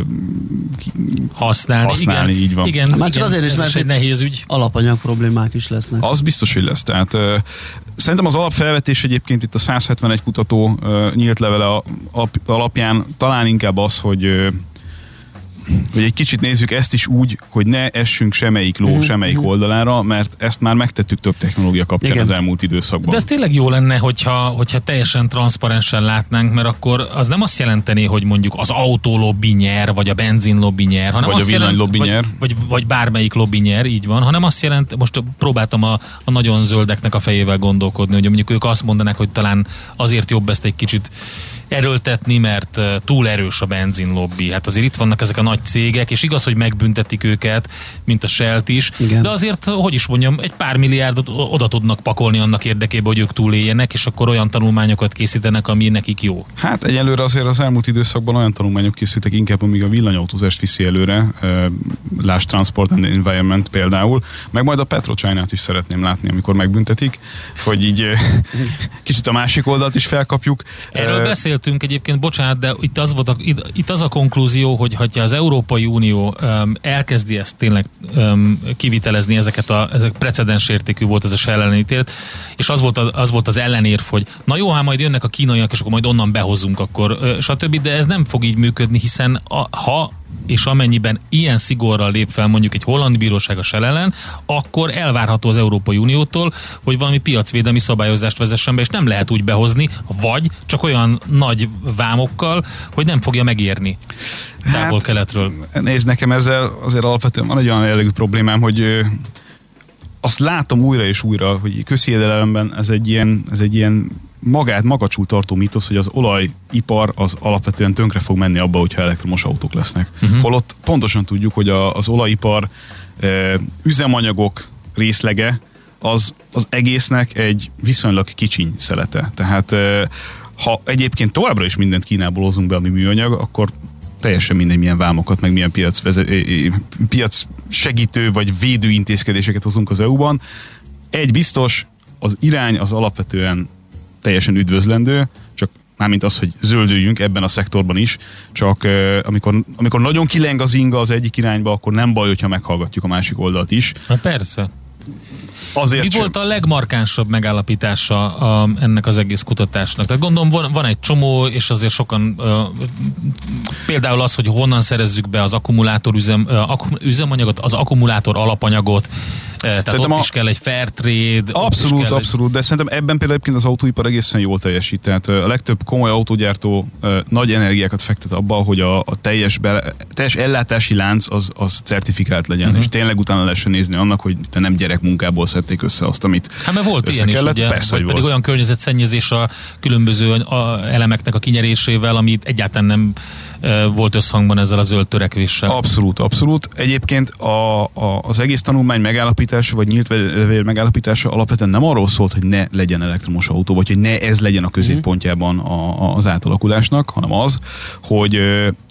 használni. használni igen, így van. Igen, Már igen, csak azért is, mert egy nehéz ügy. Alapanyag problémák is lesznek. Az biztos, hogy lesz. Tehát szerintem az alapfelvetés egyébként itt a száz hetvenegy kutató nyílt levele alapján talán inkább az, hogy hogy egy kicsit nézzük ezt is úgy, hogy ne essünk semmelyik ló, mm-hmm. semmelyik oldalára, mert ezt már megtettük több technológia kapcsán igen. az elmúlt időszakban. De ez tényleg jó lenne, hogyha, hogyha teljesen transzparensen látnánk, mert akkor az nem azt jelenteni, hogy mondjuk az autólobbi nyer, vagy a benzinlobbi nyer, hanem vagy azt a villanylobbi jelent, nyer. Vagy, vagy, vagy bármelyik lobby nyer, így van, hanem azt jelent, most próbáltam a, a nagyon zöldeknek a fejével gondolkodni, hogy mondjuk ők azt mondanák, hogy talán azért jobb ezt egy kicsit erőltetni, mert túl erős a benzinlobbi. Hát azért itt vannak ezek a nagy cégek, és igaz, hogy megbüntetik őket, mint a Shell-t is, igen. de azért, hogy is mondjam, egy pár milliárdot oda tudnak pakolni annak érdekében, hogy ők túléljenek, és akkor olyan tanulmányokat készítenek, ami nekik jó. Hát egyelőre azért az elmúlt időszakban olyan tanulmányok készültek inkább, amíg a villanyautózást viszi előre, Lásd Transport and Environment például, meg majd a PetroChina-t is szeretném látni, amikor megbüntetik, hogy így kicsit a másik oldalt is felkapjuk. Erről beszélt egyébként, bocsánat, de itt az, volt a, itt az a konklúzió, hogy ha az Európai Unió um, elkezdi ezt tényleg um, kivitelezni, ezeket a ezek precedens értékű volt ez a Shell elleni ítélet, és az volt, a, az volt az ellenérv, hogy na jó, hát majd jönnek a kínaiak, és akkor majd onnan behozunk, akkor uh, stb., de ez nem fog így működni, hiszen a, ha és amennyiben ilyen szigorral lép fel mondjuk egy holland bíróság a Shell ellen, akkor elvárható az Európai Uniótól, hogy valami piacvédelmi szabályozást vezessen be, és nem lehet úgy behozni, vagy csak olyan nagy vámokkal, hogy nem fogja megérni távol-keletről. Hát, nézd, nekem ezzel azért alapvetően van egy olyan jellegű problémám, hogy ö, azt látom újra és újra, hogy közhiedelemben ez egy ilyen, ez egy ilyen magát magacsul tartó mítosz, hogy az olajipar az alapvetően tönkre fog menni abba, hogyha elektromos autók lesznek. Uh-huh. Holott pontosan tudjuk, hogy a, az olajipar e, üzemanyagok részlege az, az egésznek egy viszonylag kicsiny szelete. Tehát e, ha egyébként továbbra is mindent Kínából hozunk be, ami műanyag, akkor teljesen mindegy, milyen vámokat, meg milyen piac, veze, piac segítő vagy védő intézkedéseket hozunk az é u-ban. Egy biztos, az irány az alapvetően teljesen üdvözlendő, csak mármint az, hogy zöldüljünk ebben a szektorban is, csak uh, amikor, amikor nagyon kileng az inga az egyik irányba, akkor nem baj, hogyha meghallgatjuk a másik oldalt is. Na persze. Azért Mi sem... volt a legmarkánsabb megállapítása a, ennek az egész kutatásnak? Tehát gondolom van, van egy csomó, és azért sokan uh, például az, hogy honnan szerezzük be az akkumulátor üzem, uh, akkum, üzemanyagot, az akkumulátor alapanyagot, uh, tehát szerintem ott a... is kell egy fair trade. Abszolút, kell abszolút, egy... de szerintem ebben például az autóipar egészen jól teljesít. Tehát a legtöbb komoly autógyártó uh, nagy energiákat fektet abba, hogy a, a teljes, be, teljes ellátási lánc az, az certifikált legyen, uh-huh. és tényleg utána lehessen nézni annak, hogy te nem gyerekmunkából szedték össze azt, amit hát mert volt ilyen is, ugye, persze, vagy pedig volt. Olyan környezetszennyezés a különböző a elemeknek a kinyerésével, amit egyáltalán nem e, volt összhangban ezzel a zöld törekvéssel. Abszolút, abszolút. Egyébként a, a, az egész tanulmány megállapítása, vagy nyílt levél megállapítása alapvetően nem arról szólt, hogy ne legyen elektromos autó, vagy hogy ne ez legyen a középpontjában a, a, az átalakulásnak, hanem az, hogy, hogy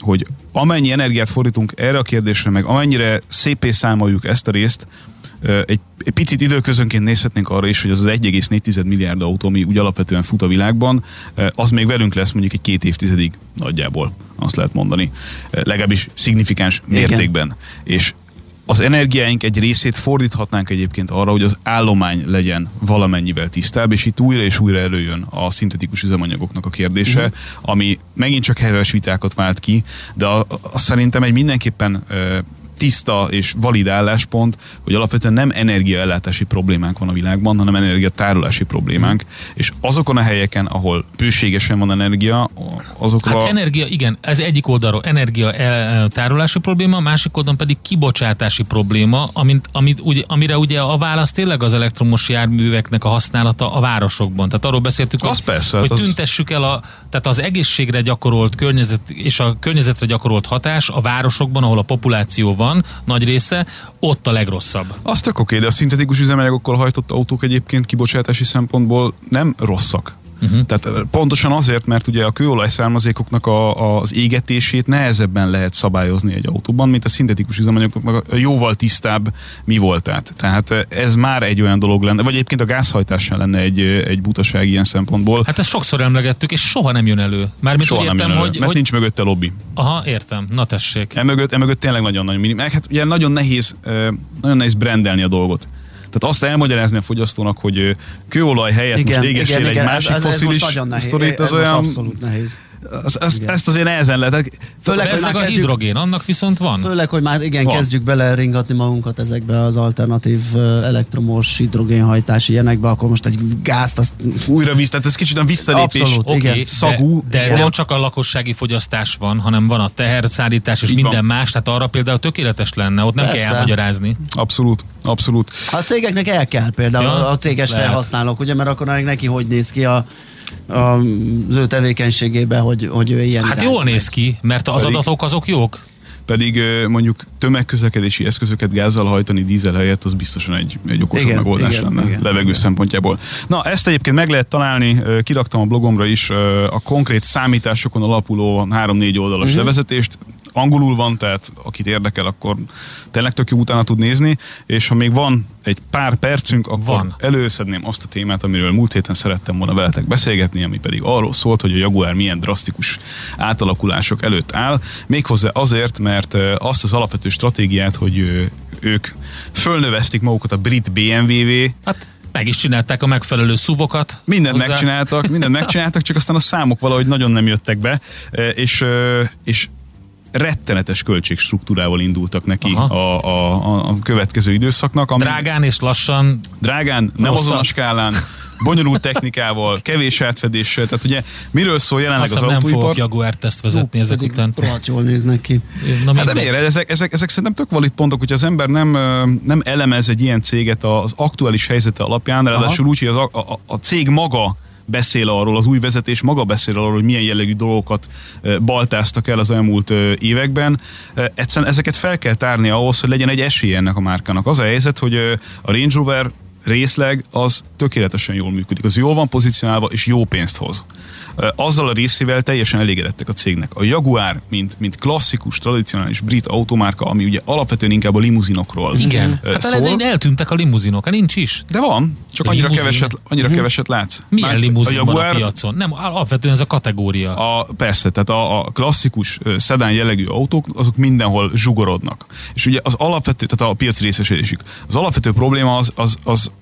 amennyi energiát fordítunk erre a kérdésre, meg amennyire szépé számoljuk ezt a részt, egy, egy picit időközönként nézhetnénk arra is, hogy az az egy egész négy milliárd autó, ami úgy alapvetően fut a világban, az még velünk lesz mondjuk egy két évtizedig nagyjából, azt lehet mondani. Legalábbis szignifikáns mértékben. Igen. És az energiáink egy részét fordíthatnánk egyébként arra, hogy az állomány legyen valamennyivel tisztább, és itt újra és újra előjön a szintetikus üzemanyagoknak a kérdése, uh-huh. ami megint csak heves vitákat vált ki, de a, a, szerintem egy mindenképpen tiszta és valid álláspont, hogy alapvetően nem energiaellátási problémánk van a világban, hanem energiatárolási problémánk, és azokon a helyeken, ahol bőségesen van energia, azokra... Hát energia, igen, ez egyik oldalról energia tárolási probléma, másik oldalon pedig kibocsátási probléma, amit, amit, ugye, amire ugye a válasz tényleg az elektromos járműveknek a használata a városokban. Tehát arról beszéltük, az hogy, persze, hogy az... tüntessük el a, tehát az egészségre gyakorolt környezet és a környezetre gyakorolt hatás a városokban, ahol a populáció van, nagy része, ott a legrosszabb. Az tök oké, de a szintetikus üzemanyagokkal hajtott autók egyébként kibocsátási szempontból nem rosszak. Uh-huh. Tehát pontosan azért, mert ugye a kőolaj származékoknak a, az égetését nehezebben lehet szabályozni egy autóban, mint a szintetikus üzemanyagoknak a jóval tisztább mi voltát. Tehát ez már egy olyan dolog lenne, vagy egyébként a gázhajtás sem lenne egy, egy butaság ilyen szempontból. Hát ezt sokszor emlegettük, és soha nem jön elő. Mármint soha értem, nem jön elő, hogy, mert hogy... nincs mögötte lobby. Aha, értem. Na tessék. Emögött, emögött tényleg nagyon-nagyon minim. Hát ugye nagyon nehéz, nagyon nehéz brandelni a dolgot. Tehát azt elmagyarázni a fogyasztónak, hogy kőolaj helyett igen, most égessél igen, egy igen, másik ez, ez foszilis sztorit, az olyan... abszolút nehéz. Az, ezt, ezt azért nehezen lehet. Főleg, hogy a kezdjük, hidrogén, annak viszont van. Főleg, hogy már igen, van. kezdjük beleringatni magunkat ezekbe az alternatív elektromos hidrogénhajtási ilyenekbe, akkor most egy gázt azt... Újra víz, tehát ez kicsit a visszalépés. Abszolút, okay, igen. Szagú. De, de nem csak a lakossági fogyasztás van, hanem van a teherszállítás és így minden van. Más, tehát arra például tökéletes lenne, ott nem Persze. kell elmagyarázni. Abszolút, abszolút. A cégeknek el kell például ja, a céges lehet. felhasználók, ugye, mert akkor neki hogy néz ki a az ő tevékenységében, hogy, hogy ő ilyen... Hát jól néz ki, mert az pedig, adatok azok jók. Pedig mondjuk tömegközlekedési eszközöket gázzal hajtani dízel helyett, az biztosan egy, egy okosabb igen, megoldás igen, lenne igen, levegő igen. szempontjából. Na, ezt egyébként meg lehet találni, kiraktam a blogomra is a konkrét számításokon alapuló három-négy oldalas uh-huh. levezetést. Angolul van, tehát akit érdekel, akkor tényleg tök jó utána tud nézni, és ha még van egy pár percünk, akkor van. előszedném azt a témát, amiről múlt héten szerettem volna veletek beszélgetni, ami pedig arról szólt, hogy a Jaguar milyen drasztikus átalakulások előtt áll, méghozzá azért, mert azt az alapvető stratégiát, hogy ők fölnövezték magukat a brit bé em vé-vé, hát meg is csinálták a megfelelő szuvokat. Mindent hozzá. megcsináltak, mindent megcsináltak, csak aztán a számok valahogy nagyon nem jöttek be, és, és rettenetes költségstruktúrával indultak neki a, a, a következő időszaknak. Ami drágán és lassan. Drágán, nem azon a skálán, bonyolult technikával, kevés átfedéssel. Tehát ugye miről szól jelenleg Azt az nem autóipar? Nem fogok Jaguar-t vezetni Ó, ezek után. Rohadt jól néznek ki. Na, hát de miért? Ezek, ezek, ezek szerintem tök valid pontok, hogyha az ember nem, nem elemez egy ilyen céget az aktuális helyzete alapján, ráadásul úgy, hogy az, a, a, a cég maga beszél arról, az új vezetés maga beszél arról, hogy milyen jellegű dolgokat baltáztak el az elmúlt években. Egyszerűen ezeket fel kell tárni ahhoz, hogy legyen egy esélye ennek a márkának. Az a helyzet, hogy a Range Rover részleg az tökéletesen jól működik. Az jól van pozícionálva, és jó pénzt hoz. Azzal a részével teljesen elégedettek a cégnek. A Jaguar, mint, mint klasszikus, tradicionális brit automárka, ami ugye alapvetően inkább a limuzinokról Igen. Hát szól. Eltűntek a limuzinok, hát nincs is. De van, csak annyira, keveset, annyira uh-huh. keveset látsz. Milyen Már limuzin a Jaguar, van a piacon? Nem, alapvetően ez a kategória. A, persze, tehát a, a klasszikus szedán jellegű autók, azok mindenhol zsugorodnak. És ugye az alapvető, tehát a piaci részesedésük. Az alapvető probléma az, az, az,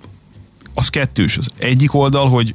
az kettős. Az egyik oldal, hogy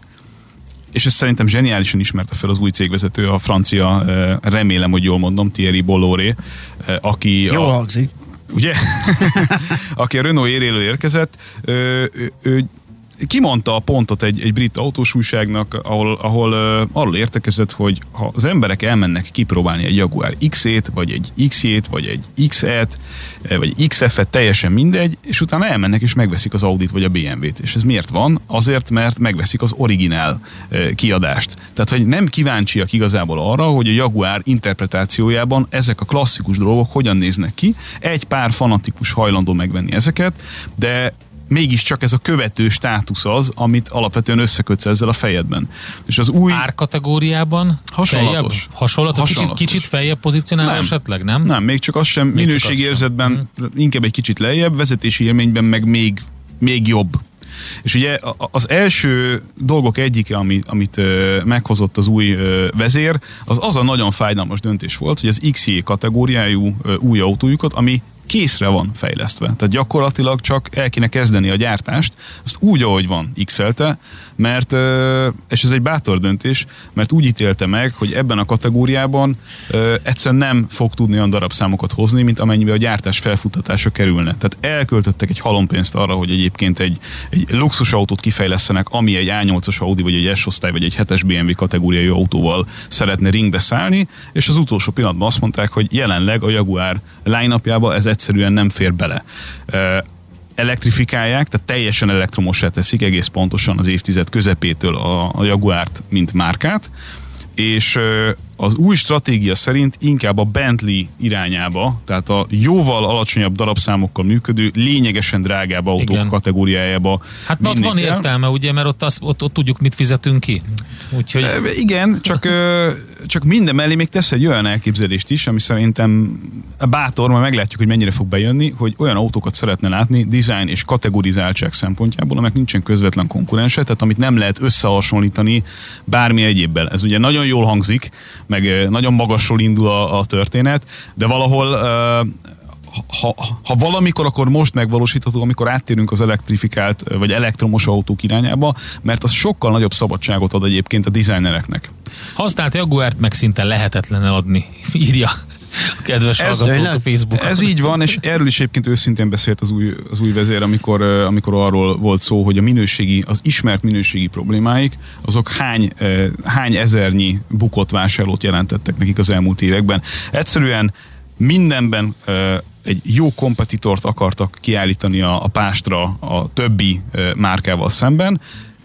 és ezt szerintem zseniálisan ismerte fel az új cégvezető, a francia, remélem, hogy jól mondom, Thierry Bolloré, aki... Jól hangzik. Ugye? aki a Renault éréről érkezett, ő, ő, ő kimondta a pontot egy, egy brit autós újságnak, ahol, ahol uh, arról értekezett, hogy ha az emberek elmennek kipróbálni egy Jaguar X-ét, vagy egy X-jét, vagy egy X-et, vagy X F-et, teljesen mindegy, és utána elmennek és megveszik az Audit vagy a bé em vét. És ez miért van? Azért, mert megveszik az originál uh, kiadást. Tehát, hogy nem kíváncsiak igazából arra, hogy a Jaguar interpretációjában ezek a klasszikus dolgok hogyan néznek ki. Egy pár fanatikus hajlandó megvenni ezeket, de mégiscsak ez a követő státusz az, amit alapvetően összekötsz ezzel a fejedben. És az új... Árkategóriában? Hasonlatos. Feljebb? Hasonlatos? Hasonlatos. Kicsit, kicsit feljebb pozícionálva nem. esetleg, nem? Nem, még csak az sem. Még minőségérzetben hmm. inkább egy kicsit lejjebb, vezetési élményben meg még, még jobb. És ugye az első dolgok egyike, amit, amit meghozott az új vezér, az az a nagyon fájdalmas döntés volt, hogy az iksz jé kategóriájú új autójukat, ami készre van fejlesztve. Tehát gyakorlatilag csak el kéne kezdeni a gyártást, azt úgy, ahogy van iksz-elte, mert, és ez egy bátor döntés, mert úgy ítélte meg, hogy ebben a kategóriában egyszerűen nem fog tudni olyan darabszámokat hozni, mint amennyiben a gyártás felfuttatása kerülne. Tehát elköltöttek egy halompenzt arra, hogy egyébként egy, egy luxusautót kifejlesztenek, ami egy á nyolcas Audi, vagy egy S-osztály, vagy egy hetes bé em vé kategóriájú autóval szeretne ringbe szállni, és az utolsó pillanatban azt mondták, hogy jelenleg a Jaguar line-upjába ez egyszerűen nem fér bele. Elektrifikálják, tehát teljesen elektromossá teszik egész pontosan az évtized közepétől a, a Jaguart, mint márkát, és az új stratégia szerint inkább a Bentley irányába, tehát a jóval alacsonyabb darabszámokkal működő, lényegesen drágább autók Igen. kategóriájába. Hát mert ott van el. értelme, ugye, mert ott, az, ott, ott tudjuk, mit fizetünk ki. Úgyhogy... Igen, csak, csak minden mellé még tesz egy olyan elképzelést is, ami szerintem bátor, majd meglátjuk, hogy mennyire fog bejönni, hogy olyan autókat szeretne látni design és kategorizáltság szempontjából, amelyek nincsen közvetlen konkurense, tehát amit nem lehet összehasonlítani bármi egyébbel. Ez ugye nagyon jól hangzik, meg nagyon magasról indul a, a történet, de valahol uh, ha, ha valamikor, akkor most megvalósítható, amikor áttérünk az elektrifikált vagy elektromos autók irányába, mert az sokkal nagyobb szabadságot ad egyébként a designereknek. Használt Jaguart meg szinte lehetetlen eladni, írja a kedves hallgatók a Facebookon. Ez így van, és erről is egyébként őszintén beszélt az új, az új vezér, amikor, amikor arról volt szó, hogy a minőségi, az ismert minőségi problémáik, azok hány, hány ezernyi bukott vásárlót jelentettek nekik az elmúlt években. Egyszerűen mindenben egy jó kompetitort akartak kiállítani a, a pástra a többi márkával szemben.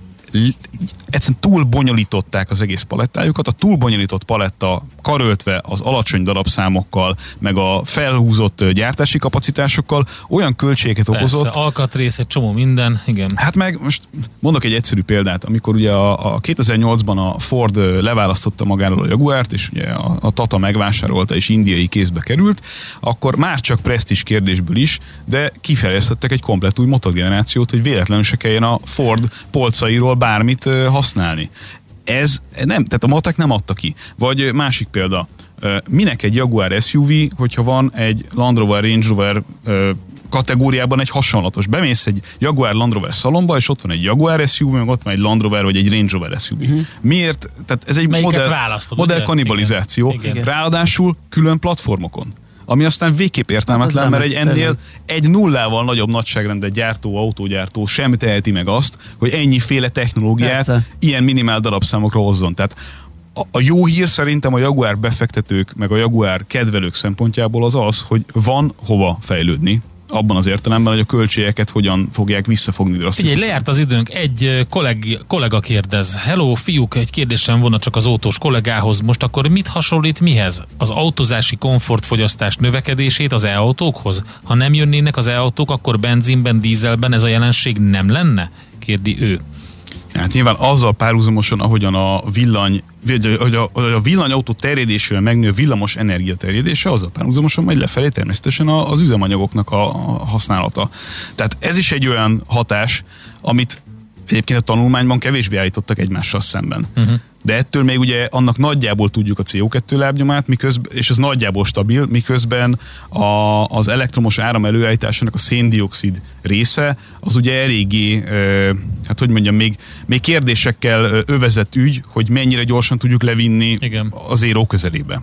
Egyszerűen túl bonyolították az egész palettájukat, a túl bonyolított paletta karöltve az alacsony darabszámokkal, meg a felhúzott gyártási kapacitásokkal olyan költségeket Persze, okozott. Alkatrész, egy csomó minden, igen. Hát meg most mondok egy egyszerű példát, amikor ugye a, a kétezer-nyolcban a Ford leválasztotta magáról a Jaguart, és ugye a, a Tata megvásárolta és indiai kézbe került, akkor már csak presztízs kérdésből is, de kifejlesztettek egy komplett új motorgenerációt, hogy véletlenül se kelljen a Ford polcairól bármit uh, használni. Ez nem, tehát a matek nem adta ki. Vagy másik példa, uh, minek egy Jaguar es u vé, hogyha van egy Land Rover, Range Rover uh, kategóriában egy hasonlatos. Bemész egy Jaguar Land Rover szalomba, és ott van egy Jaguar es u vé, meg ott van egy Land Rover, vagy egy Range Rover es u vé. Uh-huh. Miért? Tehát ez egy Melyiket modell, választod, modell kannibalizáció. Igen. Igen. Ráadásul külön platformokon. Ami aztán végképp értelmetlen, hát mert egy ennél egy nullával nagyobb nagyságrendet gyártó, autógyártó sem teheti meg azt, hogy ennyiféle technológiát Persze. ilyen minimál darabszámokra hozzon. Tehát a, a jó hír szerintem a Jaguar befektetők, meg a Jaguar kedvelők szempontjából az az, hogy van hova fejlődni. Abban az értelemben, hogy a költségeket hogyan fogják visszafogni drasztikusan. Figyelj, lejárt az időnk, egy kolleg, kollega kérdez. Hello, fiúk, egy kérdésem volna csak az autós kollégához. Most akkor mit hasonlít mihez? Az autózási komfortfogyasztás növekedését az e-autókhoz? Ha nem jönnének az e-autók, akkor benzinben, dízelben ez a jelenség nem lenne? Kérdi ő. Hát nyilván azzal párhuzamosan, ahogyan a villany, hogy a, a villanyautó terjedésével megnő villamos energia terjedése, azzal párhuzamosan majd lefelé természetesen az üzemanyagoknak a használata. Tehát ez is egy olyan hatás, amit egyébként a tanulmányban kevésbé állítottak egymással szemben. Uh-huh. De ettől még ugye annak nagyjából tudjuk a cé o kettő lábnyomát, miközben, és ez nagyjából stabil, miközben a, az elektromos áram előállításának a széndioxid része, az ugye eléggé, e, hát hogy mondjam, még, még kérdésekkel övezett ügy, hogy mennyire gyorsan tudjuk levinni Igen. az éró közelébe.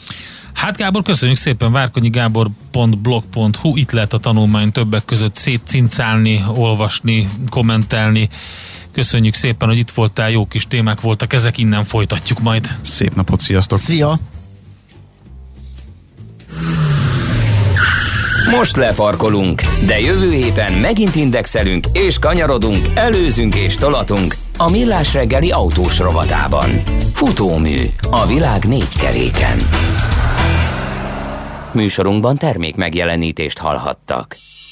Hát Gábor, köszönjük szépen, várkonyi gábor pont blog pont hu, itt lehet a tanulmány többek között szétcincálni, olvasni, kommentelni. Köszönjük szépen, hogy itt voltál, jó kis témák voltak, ezek innen folytatjuk majd. Szép napot, sziasztok! Szia! Most lefarkolunk, de jövő héten megint indexelünk és kanyarodunk, előzünk és tolatunk a Millás reggeli autós rovatában. Futómű a világ négy keréken. Műsorunkban termék megjelenítést hallhattak.